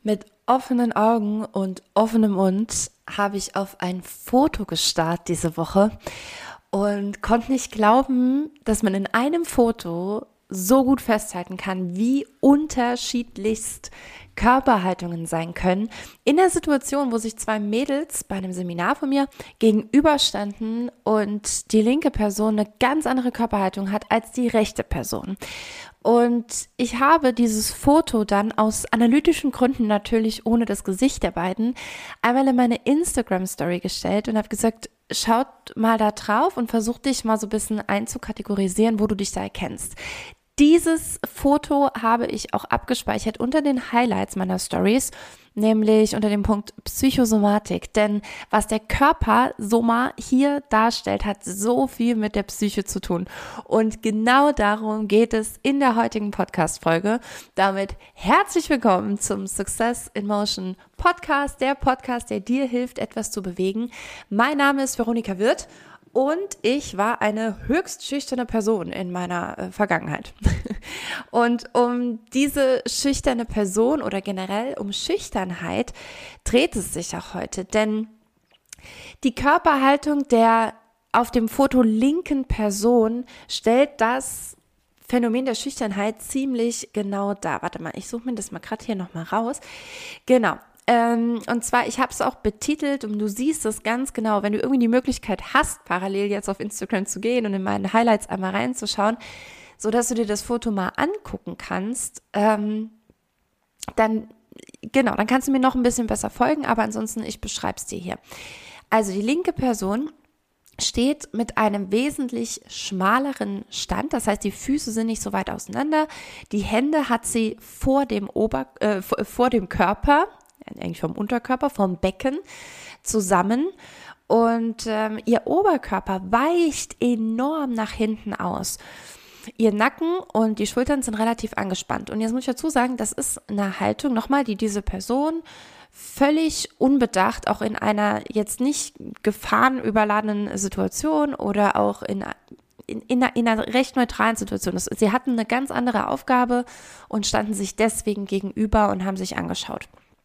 Mit offenen Augen und offenem Mund habe ich auf ein Foto gestarrt diese Woche und konnte nicht glauben, dass man in einem Foto so gut festhalten kann, wie unterschiedlichst Körperhaltungen sein können. In der Situation, wo sich zwei Mädels bei einem Seminar von mir gegenüberstanden und die linke Person eine ganz andere Körperhaltung hat als die rechte Person. Und ich habe dieses Foto dann aus analytischen Gründen, natürlich ohne das Gesicht der beiden, einmal in meine Instagram-Story gestellt und habe gesagt, schaut mal da drauf und versuch dich mal so ein bisschen einzukategorisieren, wo du dich da erkennst. Dieses Foto habe ich auch abgespeichert unter den Highlights meiner Stories, nämlich unter dem Punkt Psychosomatik. Denn was der Körper Soma hier darstellt, hat so viel mit der Psyche zu tun. Und genau darum geht es in der heutigen Podcast-Folge. Damit herzlich willkommen zum Success in Motion Podcast, der Podcast, der dir hilft, etwas zu bewegen. Mein Name ist Veronika Wirth. Und ich war eine höchst schüchterne Person in meiner Vergangenheit. Und um diese schüchterne Person oder generell um Schüchternheit dreht es sich auch heute. Denn die Körperhaltung der auf dem Foto linken Person stellt das Phänomen der Schüchternheit ziemlich genau dar. Warte mal, ich suche mir das mal gerade hier nochmal raus. Genau. Und zwar, ich habe es auch betitelt und du siehst es ganz genau, wenn du irgendwie die Möglichkeit hast, parallel jetzt auf Instagram zu gehen und in meinen Highlights einmal reinzuschauen, sodass du dir das Foto mal angucken kannst, dann kannst du mir noch ein bisschen besser folgen, aber ansonsten, ich beschreibe es dir hier. Also die linke Person steht mit einem wesentlich schmaleren Stand, das heißt, die Füße sind nicht so weit auseinander, die Hände hat sie vor dem Körper, eigentlich vom Unterkörper, vom Becken zusammen und ihr Oberkörper weicht enorm nach hinten aus. Ihr Nacken und die Schultern sind relativ angespannt. Und jetzt muss ich dazu sagen, das ist eine Haltung, nochmal, die diese Person völlig unbedacht, auch in einer jetzt nicht gefahrenüberladenen Situation oder auch in einer recht neutralen Situation. Sie hatten eine ganz andere Aufgabe und standen sich deswegen gegenüber und haben sich angeschaut.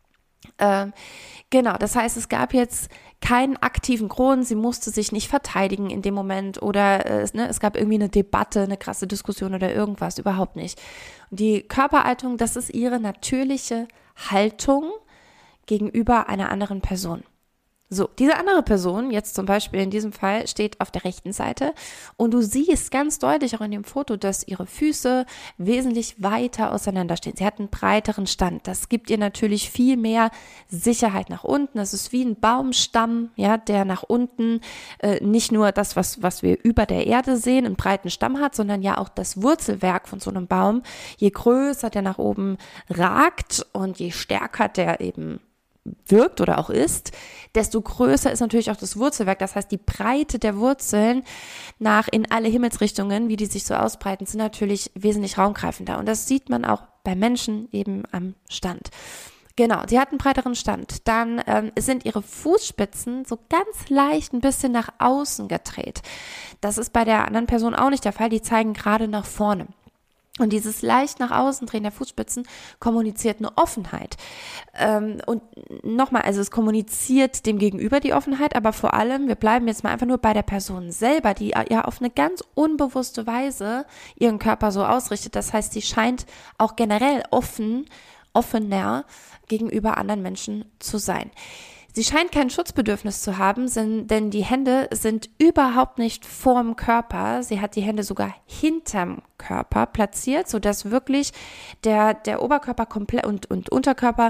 Genau, das heißt, es gab jetzt keinen aktiven Grund, sie musste sich nicht verteidigen in dem Moment oder es gab irgendwie eine Debatte, eine krasse Diskussion oder irgendwas, überhaupt nicht. Und die Körperhaltung, das ist ihre natürliche Haltung gegenüber einer anderen Person. So, diese andere Person, jetzt zum Beispiel in diesem Fall, steht auf der rechten Seite und du siehst ganz deutlich auch in dem Foto, dass ihre Füße wesentlich weiter auseinanderstehen. Sie hat einen breiteren Stand. Das gibt ihr natürlich viel mehr Sicherheit nach unten. Das ist wie ein Baumstamm, ja, der nach unten nicht nur das, was wir über der Erde sehen, einen breiten Stamm hat, sondern ja auch das Wurzelwerk von so einem Baum. Je größer der nach oben ragt und je stärker der eben wirkt oder auch ist, desto größer ist natürlich auch das Wurzelwerk. Das heißt, die Breite der Wurzeln nach in alle Himmelsrichtungen, wie die sich so ausbreiten, sind natürlich wesentlich raumgreifender. Und das sieht man auch bei Menschen eben am Stand. Genau, sie hat einen breiteren Stand. Dann sind ihre Fußspitzen so ganz leicht ein bisschen nach außen gedreht. Das ist bei der anderen Person auch nicht der Fall. Die zeigen gerade nach vorne. Und dieses leicht nach außen drehen der Fußspitzen kommuniziert eine Offenheit. Und nochmal, also es kommuniziert dem Gegenüber die Offenheit, aber vor allem, wir bleiben jetzt mal einfach nur bei der Person selber, die ja auf eine ganz unbewusste Weise ihren Körper so ausrichtet. Das heißt, sie scheint auch generell offener gegenüber anderen Menschen zu sein. Sie scheint kein Schutzbedürfnis zu haben, denn die Hände sind überhaupt nicht vorm Körper. Sie hat die Hände sogar hinterm Körper platziert, sodass wirklich der Oberkörper komplett und Unterkörper,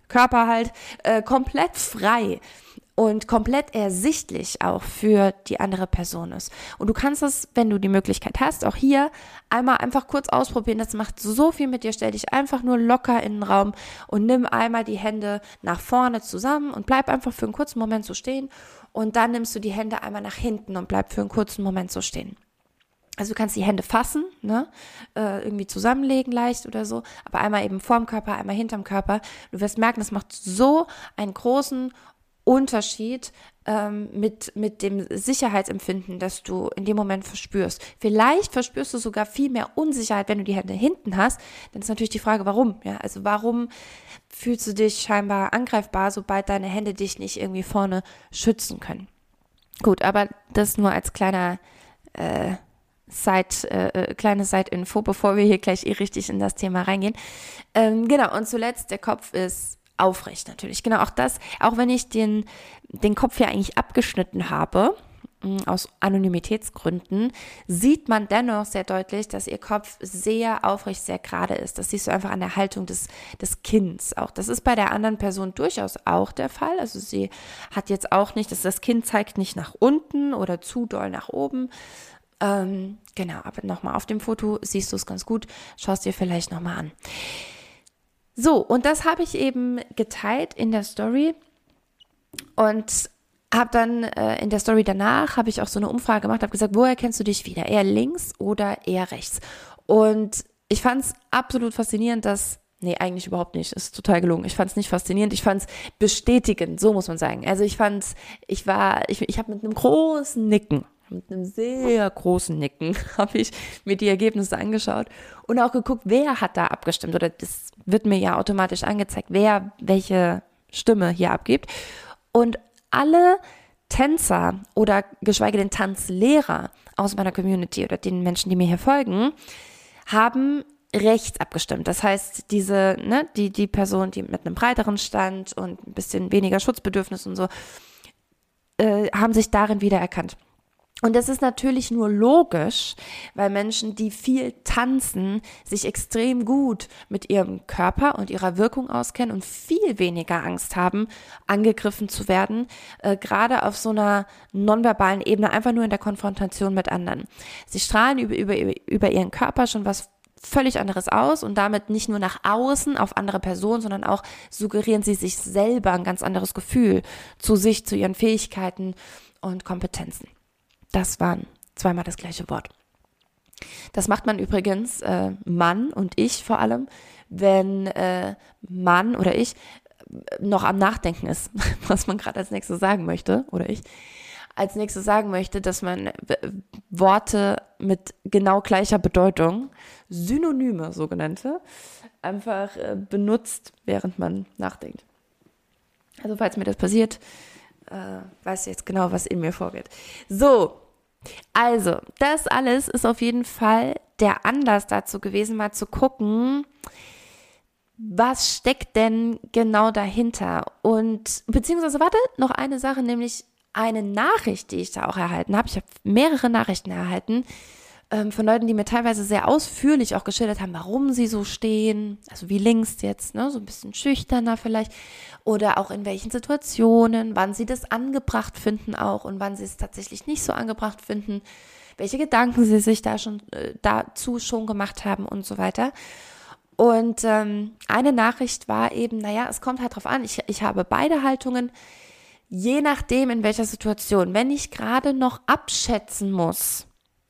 komplett frei und komplett ersichtlich auch für die andere Person ist. Und du kannst das, wenn du die Möglichkeit hast, auch hier einmal einfach kurz ausprobieren. Das macht so viel mit dir. Stell dich einfach nur locker in den Raum und nimm einmal die Hände nach vorne zusammen und bleib einfach für einen kurzen Moment so stehen. Und dann nimmst du die Hände einmal nach hinten und bleib für einen kurzen Moment so stehen. Also du kannst die Hände fassen, irgendwie zusammenlegen leicht oder so, aber einmal eben vorm Körper, einmal hinterm Körper. Du wirst merken, das macht so einen großen Unterschied mit dem Sicherheitsempfinden, das du in dem Moment verspürst. Vielleicht verspürst du sogar viel mehr Unsicherheit, wenn du die Hände hinten hast. Dann ist natürlich die Frage, warum? Ja, also warum fühlst du dich scheinbar angreifbar, sobald deine Hände dich nicht irgendwie vorne schützen können? Gut, aber das nur als kleine Side-Info, bevor wir hier gleich richtig in das Thema reingehen. Genau, und zuletzt, der Kopf ist aufrecht natürlich. Genau, auch das, auch wenn ich den Kopf ja eigentlich abgeschnitten habe, aus Anonymitätsgründen, sieht man dennoch sehr deutlich, dass ihr Kopf sehr aufrecht, sehr gerade ist. Das siehst du einfach an der Haltung des Kinns auch. Das ist bei der anderen Person durchaus auch der Fall. Also sie hat jetzt auch nicht, das Kinn zeigt nicht nach unten oder zu doll nach oben. Genau, aber nochmal auf dem Foto siehst du es ganz gut. Schau es dir vielleicht nochmal an. So, und das habe ich eben geteilt in der Story und habe dann in der Story danach, habe ich auch so eine Umfrage gemacht, habe gesagt, woher kennst du dich wieder? Eher links oder eher rechts? Und ich fand es absolut faszinierend, eigentlich überhaupt nicht, ist total gelogen. Ich fand es nicht faszinierend, ich fand es bestätigend, so muss man sagen. Also ich habe mit einem großen Nicken, mit einem sehr großen Nicken, habe ich mir die Ergebnisse angeschaut und auch geguckt, wer hat da abgestimmt, oder das wird mir ja automatisch angezeigt, wer welche Stimme hier abgibt. Und alle Tänzer oder geschweige denn Tanzlehrer aus meiner Community oder den Menschen, die mir hier folgen, haben rechts abgestimmt. Das heißt, die Person, die mit einem breiteren Stand und ein bisschen weniger Schutzbedürfnis und so, haben sich darin wiedererkannt. Und das ist natürlich nur logisch, weil Menschen, die viel tanzen, sich extrem gut mit ihrem Körper und ihrer Wirkung auskennen und viel weniger Angst haben, angegriffen zu werden, gerade auf so einer nonverbalen Ebene, einfach nur in der Konfrontation mit anderen. Sie strahlen über ihren Körper schon was völlig anderes aus und damit nicht nur nach außen auf andere Personen, sondern auch suggerieren sie sich selber ein ganz anderes Gefühl zu sich, zu ihren Fähigkeiten und Kompetenzen. Das waren zweimal das gleiche Wort. Das macht man übrigens, Mann und ich vor allem, wenn Mann oder ich noch am Nachdenken ist, was man gerade als nächstes sagen möchte, oder ich als nächstes sagen möchte, dass man Worte mit genau gleicher Bedeutung, Synonyme sogenannte, einfach benutzt, während man nachdenkt. Also falls mir das passiert, weiß jetzt genau, was in mir vorgeht. So, also, das alles ist auf jeden Fall der Anlass dazu gewesen, mal zu gucken, was steckt denn genau dahinter? Und, beziehungsweise, noch eine Sache, nämlich eine Nachricht, die ich da auch erhalten habe. Ich habe mehrere Nachrichten erhalten, von Leuten, die mir teilweise sehr ausführlich auch geschildert haben, warum sie so stehen, also wie links jetzt, ne, so ein bisschen schüchterner vielleicht, oder auch in welchen Situationen, wann sie das angebracht finden auch und wann sie es tatsächlich nicht so angebracht finden, welche Gedanken sie sich dazu schon gemacht haben und so weiter. Und eine Nachricht war eben, es kommt halt drauf an, ich habe beide Haltungen, je nachdem in welcher Situation, wenn ich gerade noch abschätzen muss,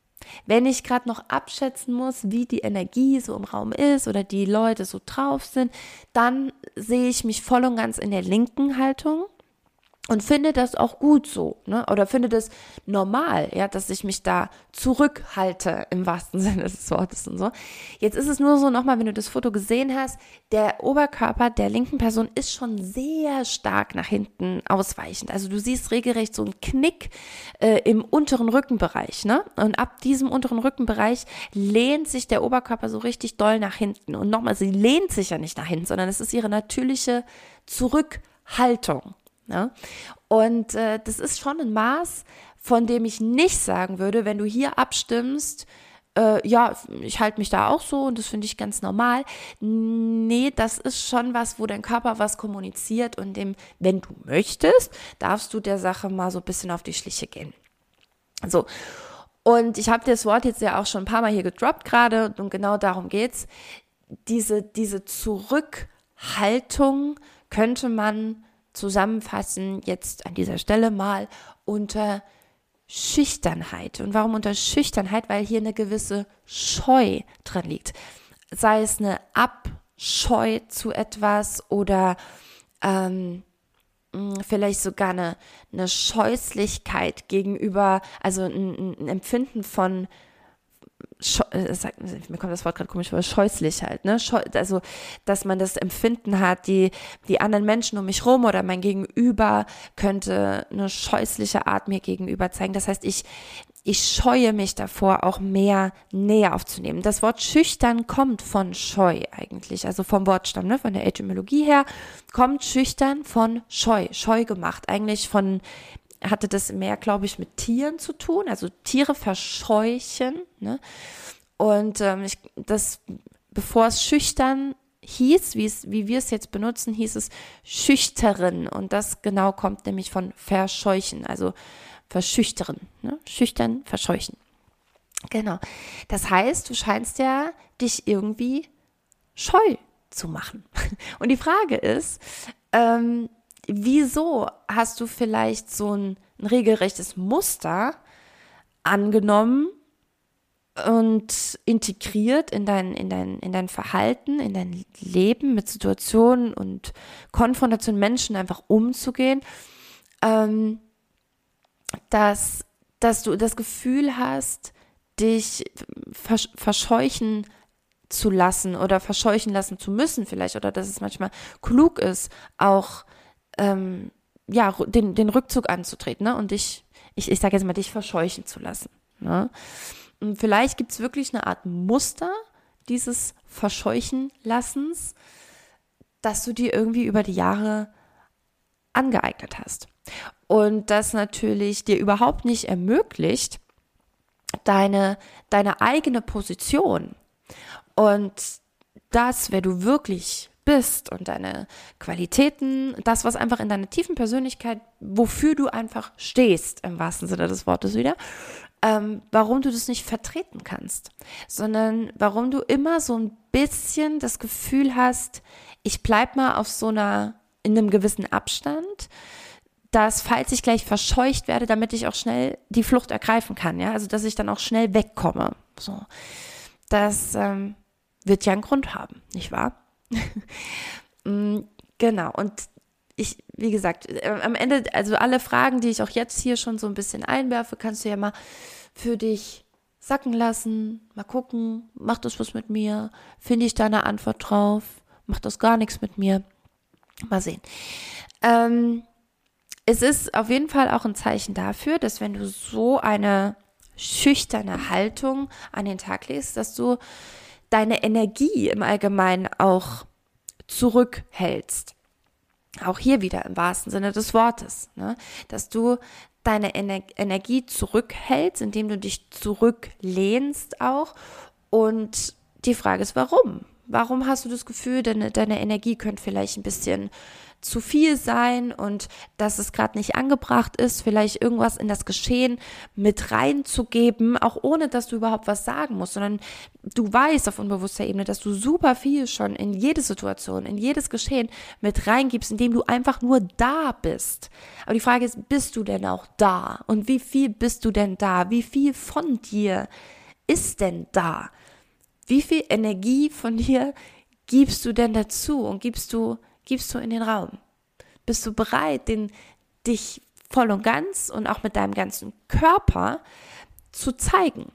wie die Energie so im Raum ist oder die Leute so drauf sind, dann sehe ich mich voll und ganz in der linken Haltung und finde das auch gut so, ne? Oder finde das normal, ja, dass ich mich da zurückhalte im wahrsten Sinne des Wortes und so. Jetzt ist es nur so nochmal, wenn du das Foto gesehen hast, der Oberkörper der linken Person ist schon sehr stark nach hinten ausweichend. Also du siehst regelrecht so einen Knick im unteren Rückenbereich, ne? Und ab diesem unteren Rückenbereich lehnt sich der Oberkörper so richtig doll nach hinten. Und nochmal, sie lehnt sich ja nicht nach hinten, sondern es ist ihre natürliche Zurückhaltung. Ja? Und das ist schon ein Maß, von dem ich nicht sagen würde, wenn du hier abstimmst, ich halte mich da auch so und das finde ich ganz normal. Nee, das ist schon was, wo dein Körper was kommuniziert und wenn du möchtest, darfst du der Sache mal so ein bisschen auf die Schliche gehen. So. Und ich habe das Wort jetzt ja auch schon ein paar Mal hier gedroppt gerade und genau darum geht's. Diese Zurückhaltung könnte man zusammenfassen jetzt an dieser Stelle mal unter Schüchternheit. Und warum unter Schüchternheit? Weil hier eine gewisse Scheu drin liegt. Sei es eine Abscheu zu etwas oder vielleicht sogar eine Scheußlichkeit gegenüber, also ein Empfinden von, mir kommt das Wort gerade komisch vor, scheußlich halt, ne? Also, dass man das Empfinden hat, die anderen Menschen um mich rum oder mein Gegenüber könnte eine scheußliche Art mir gegenüber zeigen. Das heißt, ich scheue mich davor, auch mehr näher aufzunehmen. Das Wort schüchtern kommt von scheu eigentlich, also vom Wortstamm, ne? Von der Etymologie her kommt schüchtern von scheu gemacht, eigentlich hatte das mehr, glaube ich, mit Tieren zu tun, also Tiere verscheuchen, ne? Und bevor es schüchtern hieß, wie wir es jetzt benutzen, hieß es schüchtern, und das genau kommt nämlich von verscheuchen, also verschüchtern, ne? Schüchtern, verscheuchen. Genau. Das heißt, du scheinst ja dich irgendwie scheu zu machen. Und die Frage ist, wieso hast du vielleicht so ein regelrechtes Muster angenommen und integriert in dein Verhalten, in dein Leben mit Situationen und Konfrontationen Menschen einfach umzugehen, dass du das Gefühl hast, dich verscheuchen zu lassen oder verscheuchen lassen zu müssen vielleicht, oder dass es manchmal klug ist, auch den Rückzug anzutreten, ne? Und ich sage jetzt mal, dich verscheuchen zu lassen, ne? Und vielleicht gibt es wirklich eine Art Muster dieses Verscheuchen Lassens, dass du dir irgendwie über die Jahre angeeignet hast. Und das natürlich dir überhaupt nicht ermöglicht, deine eigene Position und das, wer du wirklich bist und deine Qualitäten, das, was einfach in deiner tiefen Persönlichkeit, wofür du einfach stehst, im wahrsten Sinne des Wortes wieder, warum du das nicht vertreten kannst, sondern warum du immer so ein bisschen das Gefühl hast, ich bleib mal in einem gewissen Abstand, dass, falls ich gleich verscheucht werde, damit ich auch schnell die Flucht ergreifen kann, ja, also dass ich dann auch schnell wegkomme. So, das wird ja einen Grund haben, nicht wahr? Genau, und wie gesagt, am Ende, also alle Fragen, die ich auch jetzt hier schon so ein bisschen einwerfe, kannst du ja mal für dich sacken lassen, mal gucken, macht das was mit mir, finde ich da eine Antwort drauf, macht das gar nichts mit mir, mal sehen. Es ist auf jeden Fall auch ein Zeichen dafür, dass, wenn du so eine schüchterne Haltung an den Tag legst, dass du deine Energie im Allgemeinen auch zurückhältst. Auch hier wieder im wahrsten Sinne des Wortes, ne? Dass du deine Energie zurückhältst, indem du dich zurücklehnst auch. Und die Frage ist, warum? Warum hast du das Gefühl, deine Energie könnte vielleicht ein bisschen zu viel sein und dass es gerade nicht angebracht ist, vielleicht irgendwas in das Geschehen mit reinzugeben, auch ohne, dass du überhaupt was sagen musst, sondern du weißt auf unbewusster Ebene, dass du super viel schon in jede Situation, in jedes Geschehen mit reingibst, indem du einfach nur da bist. Aber die Frage ist, bist du denn auch da? Und wie viel bist du denn da? Wie viel von dir ist denn da? Wie viel Energie von dir gibst du denn dazu und gibst du in den Raum? Bist du bereit, dich voll und ganz und auch mit deinem ganzen Körper zu zeigen?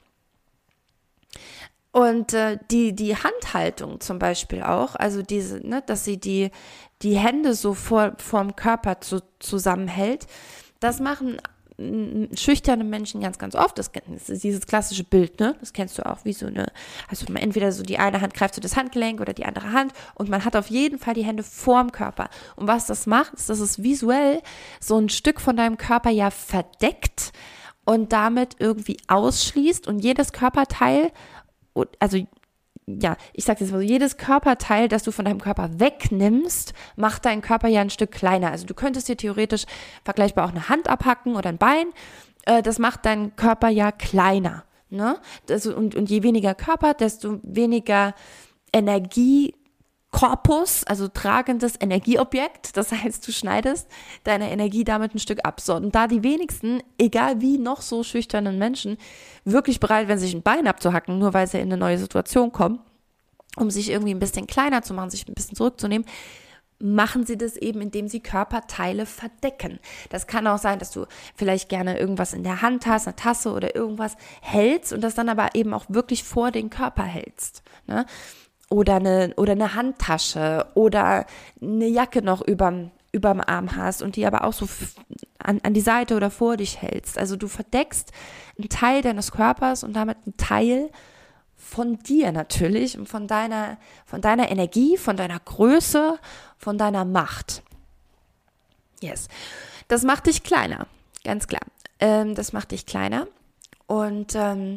Und die Handhaltung zum Beispiel auch, also diese, ne, dass sie die Hände so vorm Körper zusammenhält, das machen schüchterne Menschen ganz, ganz oft. Das ist dieses klassische Bild, ne? Das kennst du auch, wie so also entweder so die eine Hand greift so das Handgelenk oder die andere Hand und man hat auf jeden Fall die Hände vorm Körper. Und was das macht, ist, dass es visuell so ein Stück von deinem Körper ja verdeckt und damit irgendwie ausschließt, und jedes Körperteil, also ja, ich sage jetzt mal so, jedes Körperteil, das du von deinem Körper wegnimmst, macht deinen Körper ja ein Stück kleiner. Also du könntest dir theoretisch vergleichbar auch eine Hand abhacken oder ein Bein. Das macht deinen Körper ja kleiner, ne? Und je weniger Körper, desto weniger Energiekorpus, also tragendes Energieobjekt. Das heißt, du schneidest deine Energie damit ein Stück ab. So, und da die wenigsten, egal wie noch so schüchternen Menschen, wirklich bereit wären, sich ein Bein abzuhacken, nur weil sie in eine neue Situation kommen, um sich irgendwie ein bisschen kleiner zu machen, sich ein bisschen zurückzunehmen, machen sie das eben, indem sie Körperteile verdecken. Das kann auch sein, dass du vielleicht gerne irgendwas in der Hand hast, eine Tasse oder irgendwas hältst und das dann aber eben auch wirklich vor den Körper hältst, ne? Oder eine Handtasche oder eine Jacke noch überm Arm hast und die aber auch so an die Seite oder vor dich hältst. Also du verdeckst einen Teil deines Körpers und damit einen Teil von dir natürlich und von deiner Energie, von deiner Größe, von deiner Macht. Yes. Das macht dich kleiner, ganz klar. Das macht dich kleiner und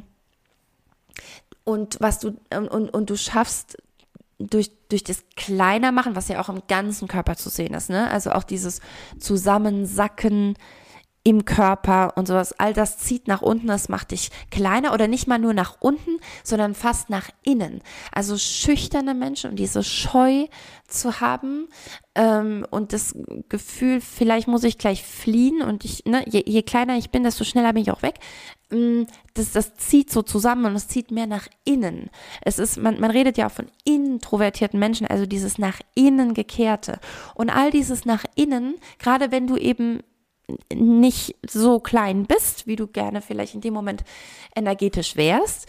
was du und du schaffst durch das kleiner machen, was ja auch im ganzen Körper zu sehen ist, ne? Also auch dieses Zusammensacken im Körper und sowas, all das zieht nach unten, das macht dich kleiner oder nicht mal nur nach unten, sondern fast nach innen. Also schüchterne Menschen und diese Scheu zu haben und das Gefühl, vielleicht muss ich gleich fliehen und je kleiner ich bin, desto schneller bin ich auch weg. Das zieht so zusammen und es zieht mehr nach innen. Es ist, man redet ja auch von introvertierten Menschen, also dieses nach innen gekehrte. Und all dieses nach innen, gerade wenn du eben nicht so klein bist, wie du gerne vielleicht in dem Moment energetisch wärst,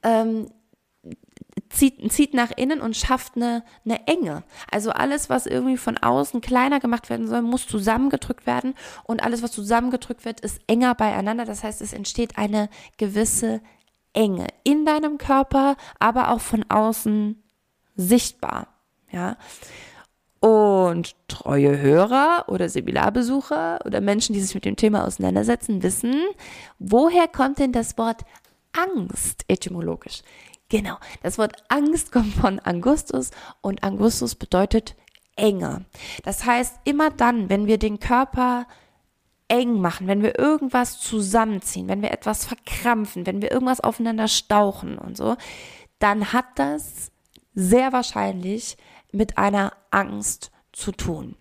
zieht nach innen und schafft eine Enge. Also alles, was irgendwie von außen kleiner gemacht werden soll, muss zusammengedrückt werden und alles, was zusammengedrückt wird, ist enger beieinander. Das heißt, es entsteht eine gewisse Enge in deinem Körper, aber auch von außen sichtbar, ja. Und treue Hörer oder Seminarbesucher oder Menschen, die sich mit dem Thema auseinandersetzen, wissen, woher kommt denn das Wort Angst etymologisch? Genau, das Wort Angst kommt von Angustus und Angustus bedeutet Enge. Das heißt, immer dann, wenn wir den Körper eng machen, wenn wir irgendwas zusammenziehen, wenn wir etwas verkrampfen, wenn wir irgendwas aufeinander stauchen und so, dann hat das sehr wahrscheinlich mit einer Angst zu tun.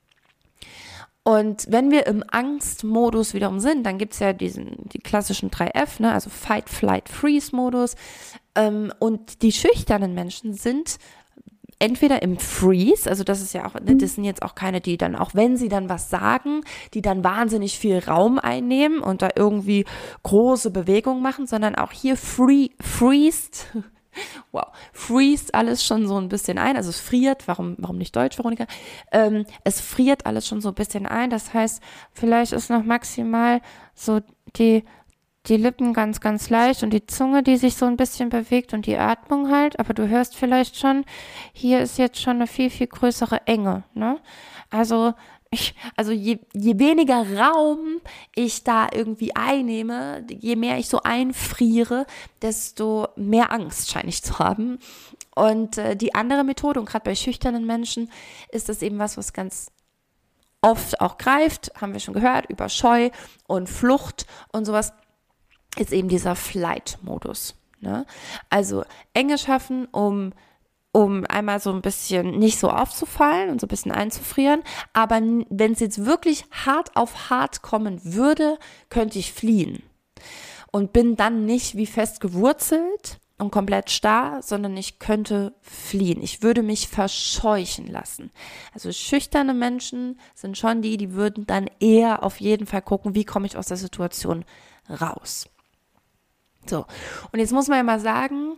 Und wenn wir im Angstmodus wiederum sind, dann gibt es ja die klassischen 3F, ne? Also Fight, Flight, Freeze-Modus. Und die schüchternen Menschen sind entweder im Freeze, also das ist ja auch, ne, das sind jetzt auch keine, die dann, auch wenn sie dann was sagen, die dann wahnsinnig viel Raum einnehmen und da irgendwie große Bewegungen machen, sondern auch hier freezed alles schon so ein bisschen ein, also es friert, warum nicht Deutsch, Veronika? Es friert alles schon so ein bisschen ein, das heißt, vielleicht ist noch maximal so die Lippen ganz, ganz leicht und die Zunge, die sich so ein bisschen bewegt und die Atmung halt, aber du hörst vielleicht schon, hier ist jetzt schon eine viel, viel größere Enge, ne? Also je weniger Raum ich da irgendwie einnehme, je mehr ich so einfriere, desto mehr Angst scheine ich zu haben. Und die andere Methode, und gerade bei schüchternen Menschen, ist das eben was ganz oft auch greift, haben wir schon gehört, über Scheu und Flucht und sowas, ist eben dieser Flight-Modus, ne? Also Enge schaffen, um einmal so ein bisschen nicht so aufzufallen und so ein bisschen einzufrieren. Aber wenn es jetzt wirklich hart auf hart kommen würde, könnte ich fliehen. Und bin dann nicht wie fest gewurzelt und komplett starr, sondern ich könnte fliehen. Ich würde mich verscheuchen lassen. Also schüchterne Menschen sind schon die würden dann eher auf jeden Fall gucken, wie komme ich aus der Situation raus. So, und jetzt muss man ja mal sagen,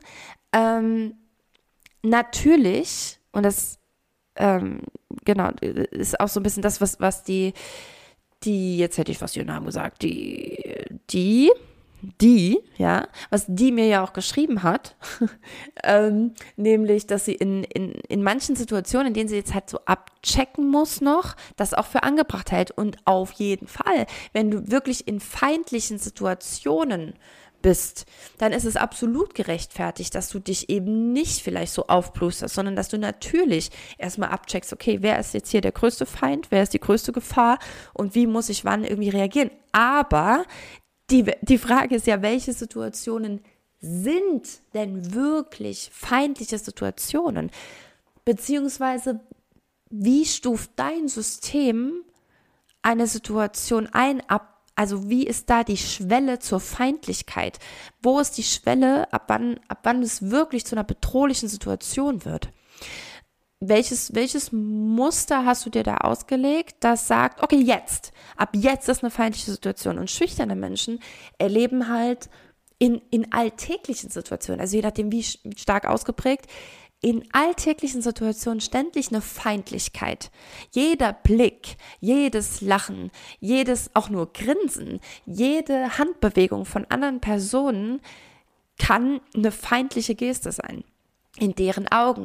natürlich, und das genau, ist auch so ein bisschen das, was die, jetzt hätte ich fast ihren Namen gesagt, ja, was die mir ja auch geschrieben hat, nämlich, dass sie in manchen Situationen, in denen sie jetzt halt so abchecken muss noch, das auch für angebracht hält. Und auf jeden Fall, wenn du wirklich in feindlichen Situationen bist, dann ist es absolut gerechtfertigt, dass du dich eben nicht vielleicht so aufblusterst, sondern dass du natürlich erstmal abcheckst, okay, wer ist jetzt hier der größte Feind, wer ist die größte Gefahr und wie muss ich wann irgendwie reagieren. Aber die Frage ist ja, welche Situationen sind denn wirklich feindliche Situationen? Beziehungsweise, wie stuft dein System eine Situation ein, also wie ist da die Schwelle zur Feindlichkeit? Wo ist die Schwelle, ab wann es wirklich zu einer bedrohlichen Situation wird? welches Muster hast du dir da ausgelegt, das sagt, okay, ab jetzt ist eine feindliche Situation. Und schüchterne Menschen erleben halt in alltäglichen Situationen, also je nachdem, wie stark ausgeprägt, in alltäglichen Situationen ständig eine Feindlichkeit. Jeder Blick, jedes Lachen, jedes auch nur Grinsen, jede Handbewegung von anderen Personen kann eine feindliche Geste sein. In deren Augen,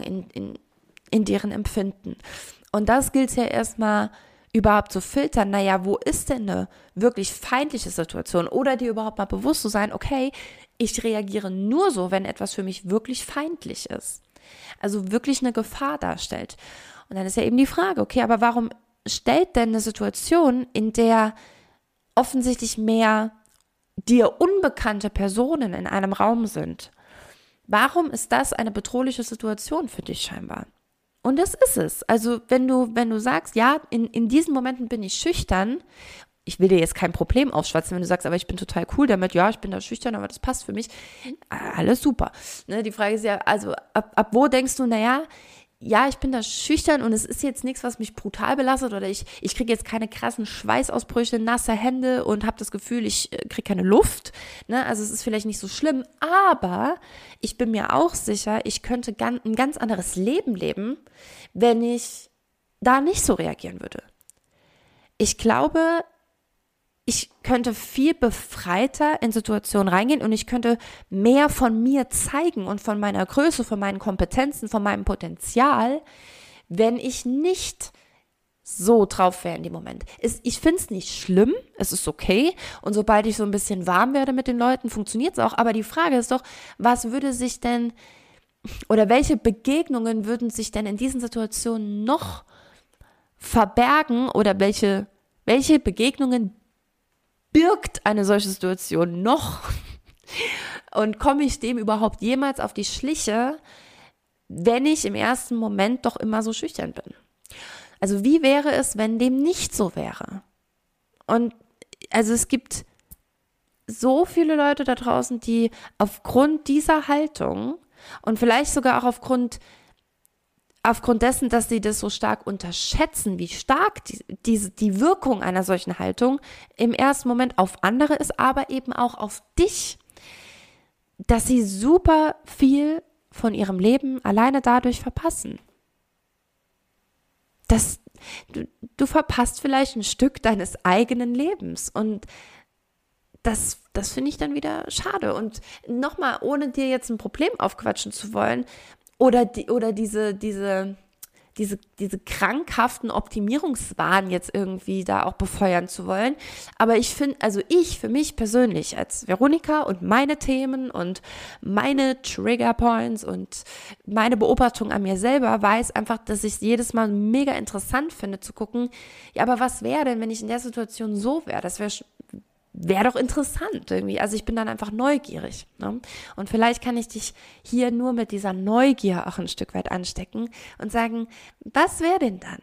in deren Empfinden. Und das gilt es ja erstmal überhaupt zu filtern. Naja, wo ist denn eine wirklich feindliche Situation? Oder dir überhaupt mal bewusst zu sein, okay, ich reagiere nur so, wenn etwas für mich wirklich feindlich ist. Also wirklich eine Gefahr darstellt. Und dann ist ja eben die Frage, okay, aber warum stellt denn eine Situation, in der offensichtlich mehr dir unbekannte Personen in einem Raum sind, warum ist das eine bedrohliche Situation für dich scheinbar? Und das ist es. Also wenn du sagst, ja, in diesen Momenten bin ich schüchtern, ich will dir jetzt kein Problem aufschwatzen, wenn du sagst, aber ich bin total cool damit, ja, ich bin da schüchtern, aber das passt für mich, alles super. Ne, die Frage ist ja, also ab wo denkst du, naja, ja, ich bin da schüchtern und es ist jetzt nichts, was mich brutal belastet oder ich kriege jetzt keine krassen Schweißausbrüche, nasse Hände und habe das Gefühl, ich kriege keine Luft. Ne? Also es ist vielleicht nicht so schlimm, aber ich bin mir auch sicher, ich könnte ein ganz anderes Leben leben, wenn ich da nicht so reagieren würde. Ich glaube, ich könnte viel befreiter in Situationen reingehen und ich könnte mehr von mir zeigen und von meiner Größe, von meinen Kompetenzen, von meinem Potenzial, wenn ich nicht so drauf wäre in dem Moment. Ich finde es nicht schlimm, es ist okay und sobald ich so ein bisschen warm werde mit den Leuten, funktioniert es auch, aber die Frage ist doch, was würde sich denn oder welche Begegnungen würden sich denn in diesen Situationen noch verbergen oder welche Begegnungen birgt eine solche Situation noch und komme ich dem überhaupt jemals auf die Schliche, wenn ich im ersten Moment doch immer so schüchtern bin? Also wie wäre es, wenn dem nicht so wäre? Und also es gibt so viele Leute da draußen, die aufgrund dieser Haltung und vielleicht sogar auch aufgrund dessen, dass sie das so stark unterschätzen, wie stark die Wirkung einer solchen Haltung im ersten Moment auf andere ist, aber eben auch auf dich, dass sie super viel von ihrem Leben alleine dadurch verpassen. Du verpasst vielleicht ein Stück deines eigenen Lebens und das finde ich dann wieder schade. Und nochmal, ohne dir jetzt ein Problem aufquatschen zu wollen, oder diese krankhaften Optimierungswahn jetzt irgendwie da auch befeuern zu wollen. Aber ich finde, also für mich persönlich als Veronika und meine Themen und meine Triggerpoints und meine Beobachtung an mir selber weiß einfach, dass ich es jedes Mal mega interessant finde zu gucken, ja, aber was wäre denn, wenn ich in der Situation so wäre? Das wäre doch interessant irgendwie. Also ich bin dann einfach neugierig. Ne? Und vielleicht kann ich dich hier nur mit dieser Neugier auch ein Stück weit anstecken und sagen, was wäre denn dann?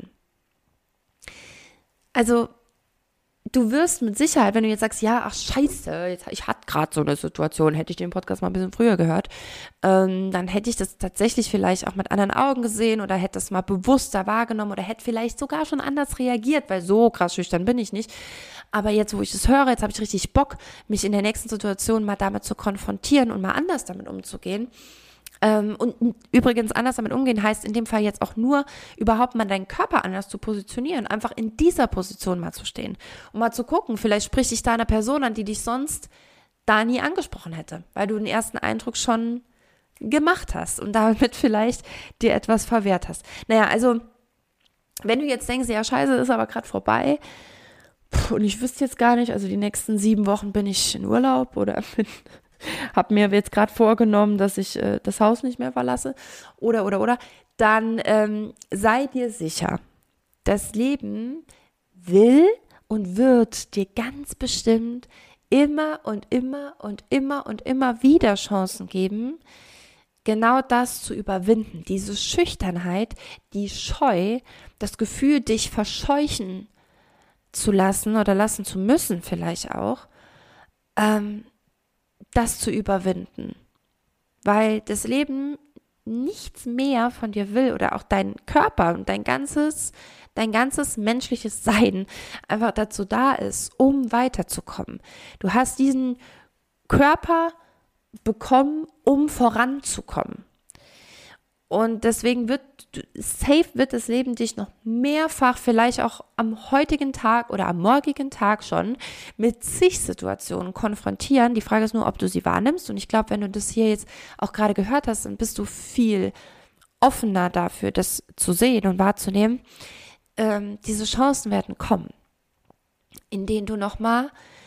Also du wirst mit Sicherheit, wenn du jetzt sagst, ja, ach scheiße, ich hatte gerade so eine Situation, hätte ich den Podcast mal ein bisschen früher gehört, dann hätte ich das tatsächlich vielleicht auch mit anderen Augen gesehen oder hätte es mal bewusster wahrgenommen oder hätte vielleicht sogar schon anders reagiert, weil so krass schüchtern bin ich nicht. Aber jetzt, wo ich es höre, jetzt habe ich richtig Bock, mich in der nächsten Situation mal damit zu konfrontieren und mal anders damit umzugehen. Und übrigens anders damit umgehen heißt in dem Fall jetzt auch nur überhaupt mal deinen Körper anders zu positionieren, einfach in dieser Position mal zu stehen und mal zu gucken, vielleicht spricht dich da eine Person an, die dich sonst da nie angesprochen hätte, weil du den ersten Eindruck schon gemacht hast und damit vielleicht dir etwas verwehrt hast. Naja, also wenn du jetzt denkst, ja scheiße, ist aber gerade vorbei und ich wüsste jetzt gar nicht, also die nächsten 7 Wochen bin ich in Urlaub oder habe mir jetzt gerade vorgenommen, dass ich das Haus nicht mehr verlasse oder, dann sei dir sicher, das Leben will und wird dir ganz bestimmt immer und immer und immer und immer wieder Chancen geben, genau das zu überwinden, diese Schüchternheit, die Scheu, das Gefühl, dich verscheuchen zu lassen oder lassen zu müssen vielleicht auch, das zu überwinden. Weil das Leben nichts mehr von dir will oder auch dein Körper und dein ganzes menschliches Sein einfach dazu da ist, um weiterzukommen. Du hast diesen Körper bekommen, um voranzukommen. Und deswegen wird das Leben dich noch mehrfach, vielleicht auch am heutigen Tag oder am morgigen Tag schon, mit zig Situationen konfrontieren. Die Frage ist nur, ob du sie wahrnimmst. Und ich glaube, wenn du das hier jetzt auch gerade gehört hast, dann bist du viel offener dafür, das zu sehen und wahrzunehmen. Diese Chancen werden kommen, in denen du nochmal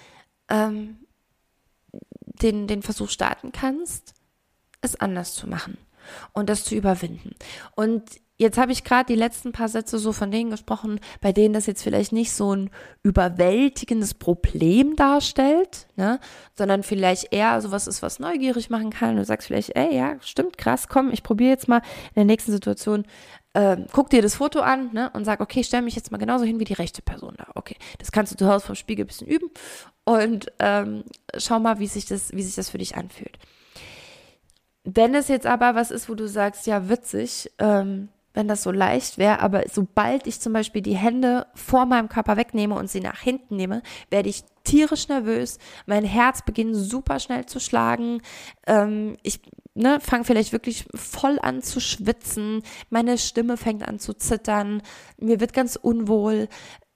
den Versuch starten kannst, es anders zu machen und das zu überwinden. Und jetzt habe ich gerade die letzten paar Sätze so von denen gesprochen, bei denen das jetzt vielleicht nicht so ein überwältigendes Problem darstellt, ne, sondern vielleicht eher sowas ist, was neugierig machen kann. Du sagst vielleicht, ey, ja, stimmt, krass, komm, ich probiere jetzt mal in der nächsten Situation, guck dir das Foto an, ne, und sag, okay, stell mich jetzt mal genauso hin wie die rechte Person da. Okay, das kannst du zu Hause vom Spiegel ein bisschen üben und schau mal, wie sich das für dich anfühlt. Wenn es jetzt aber was ist, wo du sagst, ja, witzig, wenn das so leicht wäre, aber sobald ich zum Beispiel die Hände vor meinem Körper wegnehme und sie nach hinten nehme, werde ich tierisch nervös, mein Herz beginnt super schnell zu schlagen, ich fange vielleicht wirklich voll an zu schwitzen, meine Stimme fängt an zu zittern, mir wird ganz unwohl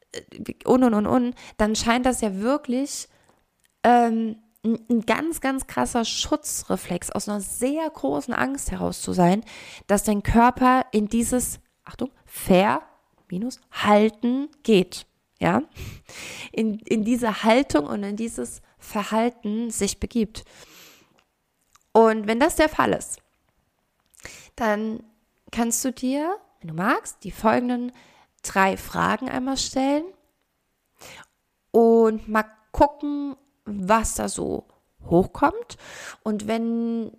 dann scheint das ja wirklich ein ganz, ganz krasser Schutzreflex aus einer sehr großen Angst heraus zu sein, dass dein Körper in dieses, Achtung, Halten geht, ja, in diese Haltung und in dieses Verhalten sich begibt. Und wenn das der Fall ist, dann kannst du dir, wenn du magst, die folgenden 3 Fragen einmal stellen und mal gucken, was da so hochkommt. Und wenn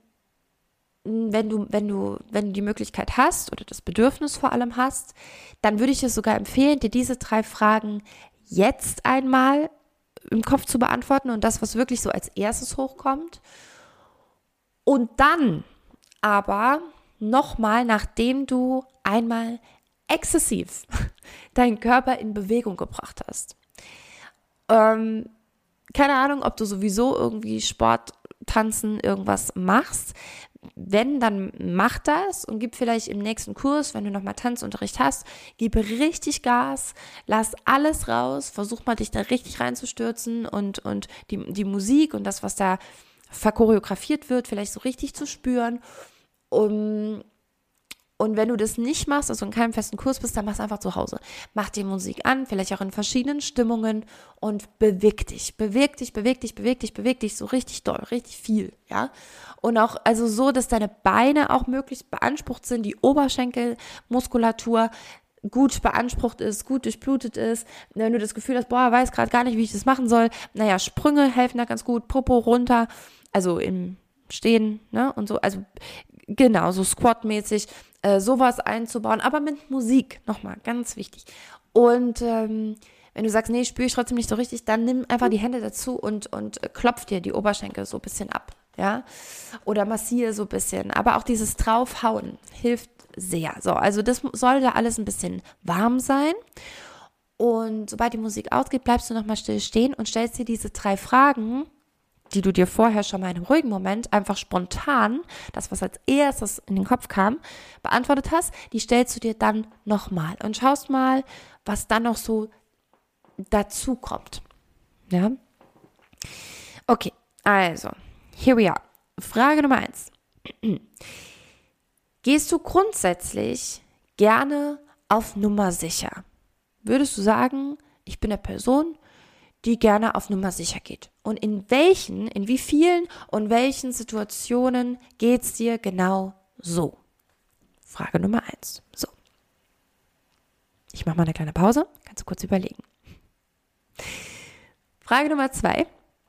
du die Möglichkeit hast oder das Bedürfnis vor allem hast, dann würde ich es sogar empfehlen, dir diese 3 Fragen jetzt einmal im Kopf zu beantworten und das, was wirklich so als erstes hochkommt. Und dann aber nochmal, nachdem du einmal exzessiv deinen Körper in Bewegung gebracht hast. Keine Ahnung, ob du sowieso irgendwie Sport, Tanzen, irgendwas machst. Wenn, dann mach das und gib vielleicht im nächsten Kurs, wenn du nochmal Tanzunterricht hast, gib richtig Gas, lass alles raus, versuch mal dich da richtig reinzustürzen und die Musik und das, was da verchoreografiert wird, vielleicht so richtig zu spüren. Und wenn du das nicht machst, also in keinem festen Kurs bist, dann mach es einfach zu Hause. Mach die Musik an, vielleicht auch in verschiedenen Stimmungen und beweg dich so richtig doll, richtig viel, ja. Und auch, also so, dass deine Beine auch möglichst beansprucht sind, die Oberschenkelmuskulatur gut beansprucht ist, gut durchblutet ist. Wenn du das Gefühl hast, weiß gerade gar nicht, wie ich das machen soll, Sprünge helfen da ganz gut, Popo runter, also im Stehen, ne, und so, also genau, so Squat-mäßig, sowas einzubauen, aber mit Musik, nochmal, ganz wichtig. Und wenn du sagst, nee, spüre ich trotzdem nicht so richtig, dann nimm einfach die Hände dazu und klopf dir die Oberschenkel so ein bisschen ab, ja, oder massiere so ein bisschen, aber auch dieses Draufhauen hilft sehr. So, also das soll da alles ein bisschen warm sein. Und sobald die Musik ausgeht, bleibst du nochmal still stehen und stellst dir diese 3 Fragen, die du dir vorher schon mal in einem ruhigen Moment einfach spontan, das, was als erstes in den Kopf kam, beantwortet hast, die stellst du dir dann nochmal und schaust mal, was dann noch so dazu kommt. Ja? Okay, also, here we are. Frage Nummer 1. Gehst du grundsätzlich gerne auf Nummer sicher? Würdest du sagen, ich bin eine Person, die gerne auf Nummer sicher geht? Und in wie vielen und welchen Situationen geht es dir genau so? Frage Nummer 1. So. Ich mache mal eine kleine Pause, kannst du kurz überlegen. Frage Nummer 2.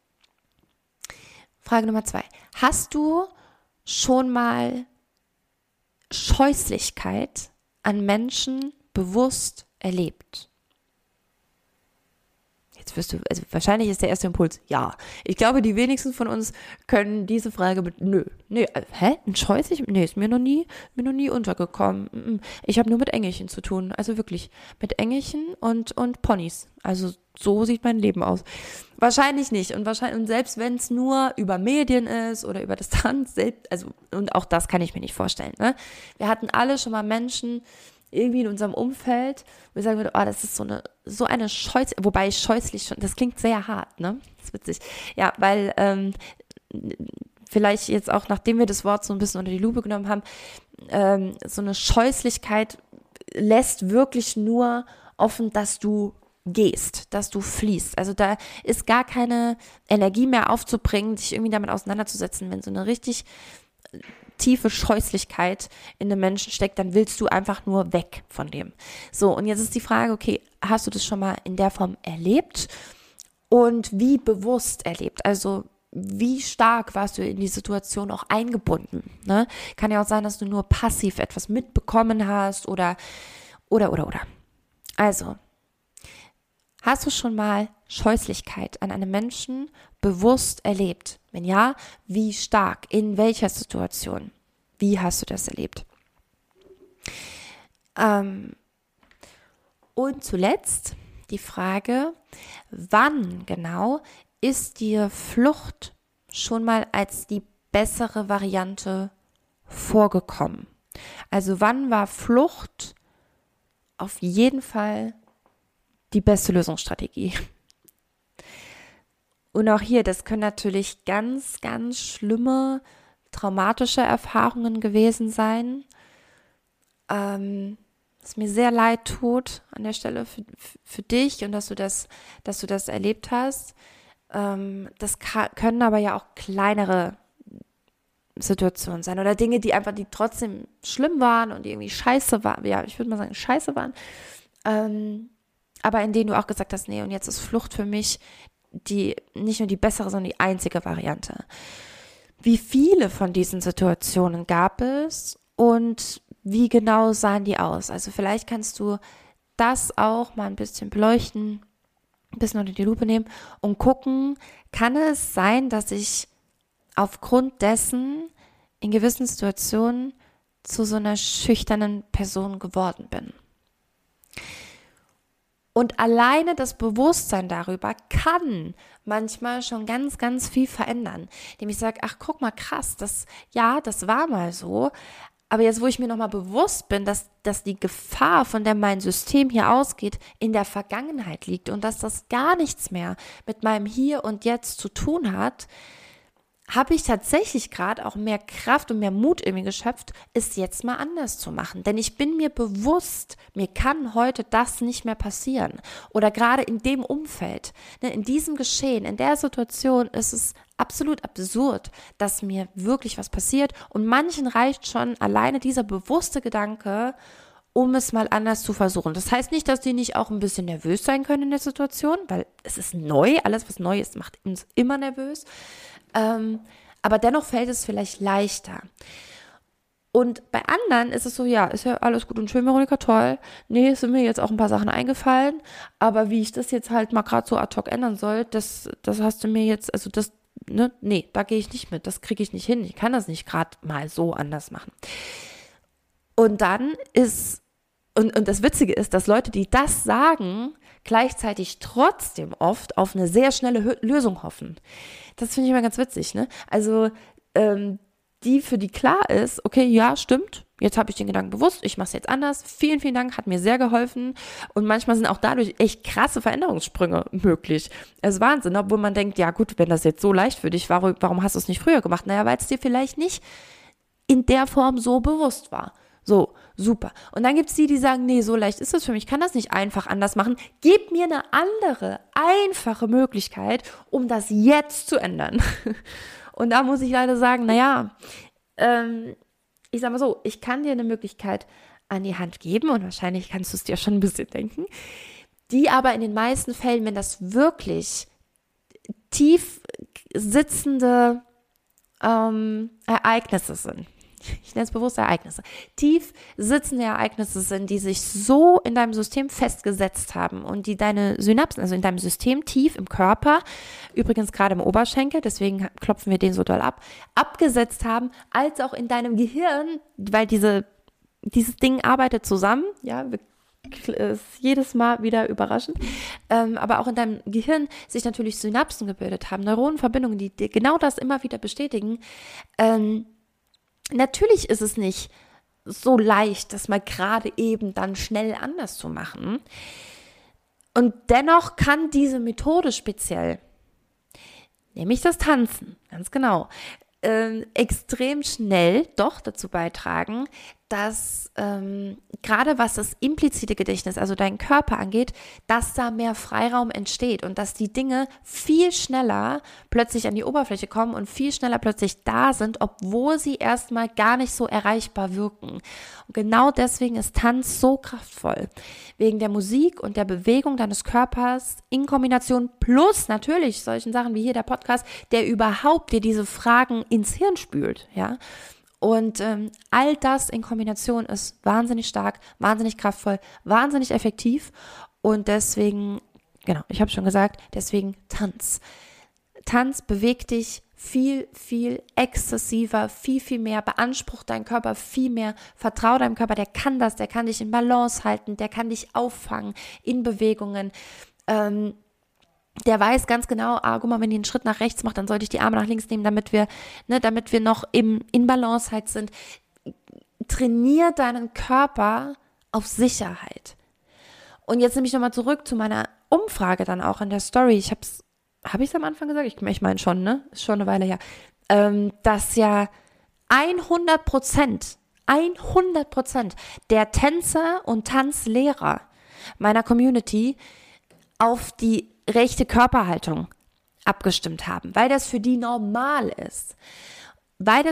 Hast du schon mal Scheußlichkeit an Menschen bewusst erlebt? Jetzt wirst du, also wahrscheinlich ist der erste Impuls, ja. Ich glaube, die wenigsten von uns können diese Frage mit, nee, ein Scheußlich? Nee, ist mir noch nie untergekommen. Ich habe nur mit Engelchen zu tun, also wirklich, mit Engelchen und Ponys. Also so sieht mein Leben aus. Wahrscheinlich nicht und selbst wenn es nur über Medien ist oder über Distanz, und auch das kann ich mir nicht vorstellen. Ne? Wir hatten alle schon mal Menschen, irgendwie in unserem Umfeld, wo ich sagen würde, oh, das ist so eine wobei scheußlich schon, das klingt sehr hart, ne? Das ist witzig. Ja, weil vielleicht jetzt auch, nachdem wir das Wort so ein bisschen unter die Lupe genommen haben, so eine Scheußlichkeit lässt wirklich nur offen, dass du gehst, dass du fließt. Also da ist gar keine Energie mehr aufzubringen, sich irgendwie damit auseinanderzusetzen, wenn so eine richtig tiefe Scheußlichkeit in einem Menschen steckt, dann willst du einfach nur weg von dem. So, und jetzt ist die Frage, okay, hast du das schon mal in der Form erlebt und wie bewusst erlebt? Also wie stark warst du in die Situation auch eingebunden? Ne? Kann ja auch sein, dass du nur passiv etwas mitbekommen hast oder. Also, hast du schon mal Scheußlichkeit an einem Menschen bewusst erlebt? Wenn ja, wie stark? In welcher Situation? Wie hast du das erlebt? Und zuletzt die Frage, wann genau ist dir Flucht schon mal als die bessere Variante vorgekommen? Also wann war Flucht auf jeden Fall die beste Lösungsstrategie? Und auch hier, das können natürlich ganz, ganz schlimme, traumatische Erfahrungen gewesen sein. Was mir sehr leid tut an der Stelle für dich und dass du das erlebt hast. Das können aber ja auch kleinere Situationen sein oder Dinge, die trotzdem schlimm waren und die irgendwie scheiße waren. Ja, ich würde mal sagen, scheiße waren. Aber in denen du auch gesagt hast, nee, und jetzt ist Flucht für mich nicht nur die bessere, sondern die einzige Variante. Wie viele von diesen Situationen gab es und wie genau sahen die aus? Also vielleicht kannst du das auch mal ein bisschen beleuchten, ein bisschen unter die Lupe nehmen und gucken, kann es sein, dass ich aufgrund dessen in gewissen Situationen zu so einer schüchternen Person geworden bin? Und alleine das Bewusstsein darüber kann manchmal schon ganz, ganz viel verändern. Indem ich sage, ach guck mal, krass, das war mal so. Aber jetzt, wo ich mir nochmal bewusst bin, dass die Gefahr, von der mein System hier ausgeht, in der Vergangenheit liegt und dass das gar nichts mehr mit meinem Hier und Jetzt zu tun hat, habe ich tatsächlich gerade auch mehr Kraft und mehr Mut irgendwie geschöpft, es jetzt mal anders zu machen. Denn ich bin mir bewusst, mir kann heute das nicht mehr passieren. Oder gerade in dem Umfeld, in diesem Geschehen, in der Situation ist es absolut absurd, dass mir wirklich was passiert. Und manchen reicht schon alleine dieser bewusste Gedanke, um es mal anders zu versuchen. Das heißt nicht, dass die nicht auch ein bisschen nervös sein können in der Situation, weil es ist neu, alles was neu ist, macht uns immer nervös. Aber dennoch fällt es vielleicht leichter. Und bei anderen ist es so, ja, ist ja alles gut und schön, Veronika, toll. Nee, es sind mir jetzt auch ein paar Sachen eingefallen, aber wie ich das jetzt halt mal gerade so ad hoc ändern soll, das hast du mir jetzt, also das, ne, nee, da gehe ich nicht mit, das kriege ich nicht hin. Ich kann das nicht gerade mal so anders machen. Und dann und das Witzige ist, dass Leute, die das sagen, gleichzeitig trotzdem oft auf eine sehr schnelle Lösung hoffen. Das finde ich immer ganz witzig, ne? Also, für die klar ist, okay, ja, stimmt, jetzt habe ich den Gedanken bewusst, ich mache es jetzt anders, vielen, vielen Dank, hat mir sehr geholfen und manchmal sind auch dadurch echt krasse Veränderungssprünge möglich. Es ist Wahnsinn, obwohl man denkt, ja gut, wenn das jetzt so leicht für dich war, warum hast du es nicht früher gemacht? Naja, weil es dir vielleicht nicht in der Form so bewusst war. So, super. Und dann gibt es die sagen, nee, so leicht ist das für mich, ich kann das nicht einfach anders machen. Gib mir eine andere, einfache Möglichkeit, um das jetzt zu ändern. Und da muss ich leider sagen, naja, ich sag mal so, ich kann dir eine Möglichkeit an die Hand geben und wahrscheinlich kannst du es dir schon ein bisschen denken, die aber in den meisten Fällen, wenn das wirklich tief sitzende Ereignisse sind, ich nenne es bewusst Ereignisse, tief sitzende Ereignisse sind, die sich so in deinem System festgesetzt haben und die deine Synapsen, also in deinem System tief im Körper, übrigens gerade im Oberschenkel, deswegen klopfen wir den so doll ab, abgesetzt haben, als auch in deinem Gehirn, weil dieses Ding arbeitet zusammen, ja, ist jedes Mal wieder überraschend, aber auch in deinem Gehirn sich natürlich Synapsen gebildet haben, Neuronenverbindungen, die genau das immer wieder bestätigen. Natürlich ist es nicht so leicht, das mal gerade eben dann schnell anders zu machen. Und dennoch kann diese Methode speziell, nämlich das Tanzen, ganz genau, extrem schnell doch dazu beitragen, dass gerade was das implizite Gedächtnis, also deinen Körper angeht, dass da mehr Freiraum entsteht und dass die Dinge viel schneller plötzlich an die Oberfläche kommen und viel schneller plötzlich da sind, obwohl sie erstmal gar nicht so erreichbar wirken. Und genau deswegen ist Tanz so kraftvoll. Wegen der Musik und der Bewegung deines Körpers in Kombination plus natürlich solchen Sachen wie hier der Podcast, der überhaupt dir diese Fragen ins Hirn spült, ja. Und all das in Kombination ist wahnsinnig stark, wahnsinnig kraftvoll, wahnsinnig effektiv. Und deswegen, genau, ich habe schon gesagt, deswegen Tanz. Tanz bewegt dich viel, viel exzessiver, viel, viel mehr, beansprucht deinen Körper viel mehr, vertrau deinem Körper, der kann das, der kann dich in Balance halten, der kann dich auffangen in Bewegungen. Der weiß ganz genau, guck mal, wenn die einen Schritt nach rechts macht, dann sollte ich die Arme nach links nehmen, damit wir noch in Balance halt sind. Trainier deinen Körper auf Sicherheit. Und jetzt nehme ich nochmal zurück zu meiner Umfrage dann auch in der Story. Habe ich es am Anfang gesagt? Ich meine schon, ne? Ist schon eine Weile her. Dass ja 100% der Tänzer und Tanzlehrer meiner Community auf die rechte Körperhaltung abgestimmt haben, weil das für die normal ist. Weil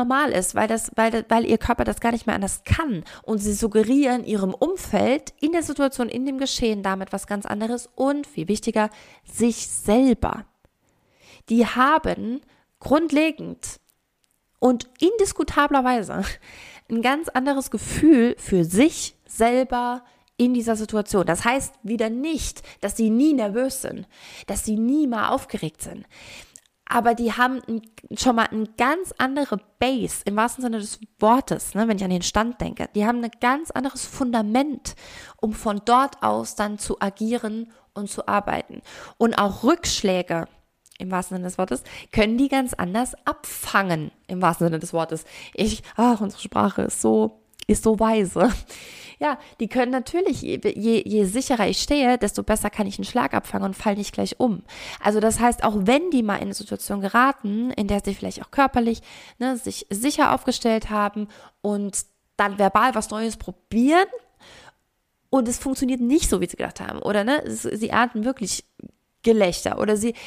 ihr Körper das gar nicht mehr anders kann und sie suggerieren ihrem Umfeld in der Situation, in dem Geschehen damit was ganz anderes und, viel wichtiger, sich selber. Die haben grundlegend und indiskutablerweise ein ganz anderes Gefühl für sich selber in dieser Situation. Das heißt wieder nicht, dass sie nie nervös sind, dass sie nie mal aufgeregt sind. Aber die haben schon mal eine ganz andere Base, im wahrsten Sinne des Wortes, ne, wenn ich an den Stand denke. Die haben ein ganz anderes Fundament, um von dort aus dann zu agieren und zu arbeiten. Und auch Rückschläge, im wahrsten Sinne des Wortes, können die ganz anders abfangen, im wahrsten Sinne des Wortes. Unsere Sprache ist so weise. Ja, die können natürlich, je sicherer ich stehe, desto besser kann ich einen Schlag abfangen und falle nicht gleich um. Also das heißt, auch wenn die mal in eine Situation geraten, in der sie vielleicht auch körperlich sich sicher aufgestellt haben und dann verbal was Neues probieren und es funktioniert nicht so, wie sie gedacht haben, oder sie ernten wirklich Gelächter oder sie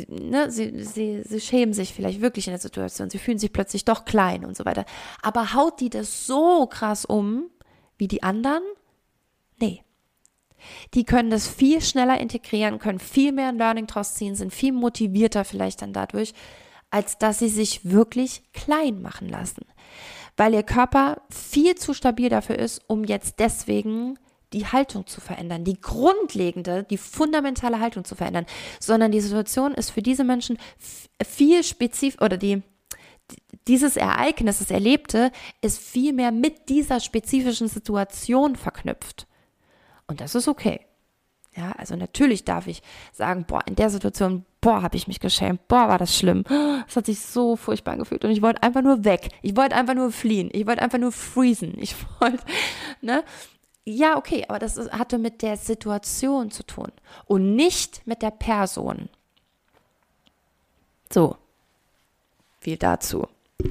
schämen sich vielleicht wirklich in der Situation, sie fühlen sich plötzlich doch klein und so weiter. Aber haut die das so krass um, wie die anderen? Nee. Die können das viel schneller integrieren, können viel mehr ein Learning draus ziehen, sind viel motivierter vielleicht dann dadurch, als dass sie sich wirklich klein machen lassen. Weil ihr Körper viel zu stabil dafür ist, um jetzt deswegen die Haltung zu verändern, die grundlegende, die fundamentale Haltung zu verändern, sondern die Situation ist für diese Menschen viel spezifisch, oder dieses Ereignis, das Erlebte, ist viel mehr mit dieser spezifischen Situation verknüpft. Und das ist okay. Ja, also natürlich darf ich sagen, in der Situation, habe ich mich geschämt, war das schlimm. Es hat sich so furchtbar angefühlt und ich wollte einfach nur weg. Ich wollte einfach nur fliehen. Ich wollte einfach nur freezen. Ja, okay, aber das hatte mit der Situation zu tun und nicht mit der Person. So, viel dazu.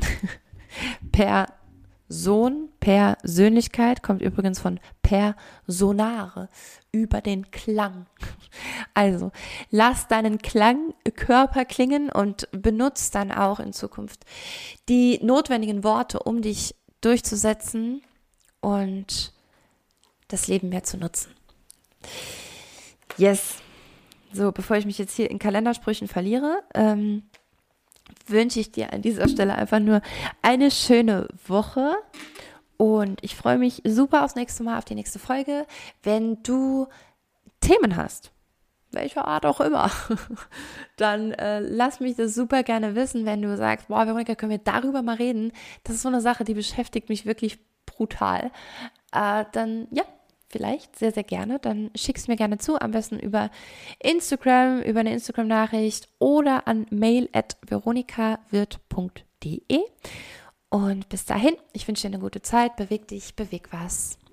Persönlichkeit kommt übrigens von personare, über den Klang. Also, lass deinen Klangkörper klingen und benutzt dann auch in Zukunft die notwendigen Worte, um dich durchzusetzen und das Leben mehr zu nutzen. Yes. So, bevor ich mich jetzt hier in Kalendersprüchen verliere, wünsche ich dir an dieser Stelle einfach nur eine schöne Woche. Und ich freue mich super aufs nächste Mal, auf die nächste Folge. Wenn du Themen hast, welcher Art auch immer, dann lass mich das super gerne wissen, wenn du sagst, boah, Veronika, können wir darüber mal reden? Das ist so eine Sache, die beschäftigt mich wirklich brutal. Dann, ja, vielleicht sehr, sehr gerne. Dann schick's mir gerne zu, am besten über Instagram, über eine Instagram-Nachricht oder an mail@veronikawirt.de. Und bis dahin, ich wünsche dir eine gute Zeit, beweg dich, beweg was.